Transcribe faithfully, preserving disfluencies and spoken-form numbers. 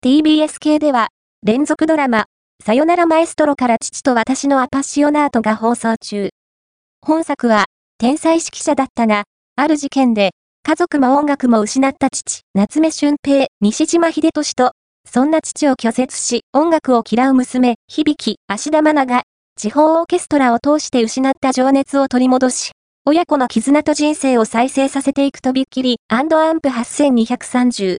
ティービーエス 系では、連続ドラマ、さよならマエストロから父と私のアパッシオナートが放送中。本作は、天才指揮者だったが、ある事件で、家族も音楽も失った父、夏目俊平、西島秀俊と、そんな父を拒絶し、音楽を嫌う娘、響、芦田愛菜が、地方オーケストラを通して失った情熱を取り戻し、親子の絆と人生を再生させていくとびっきり、アンプはっせんにひゃくさんじゅう。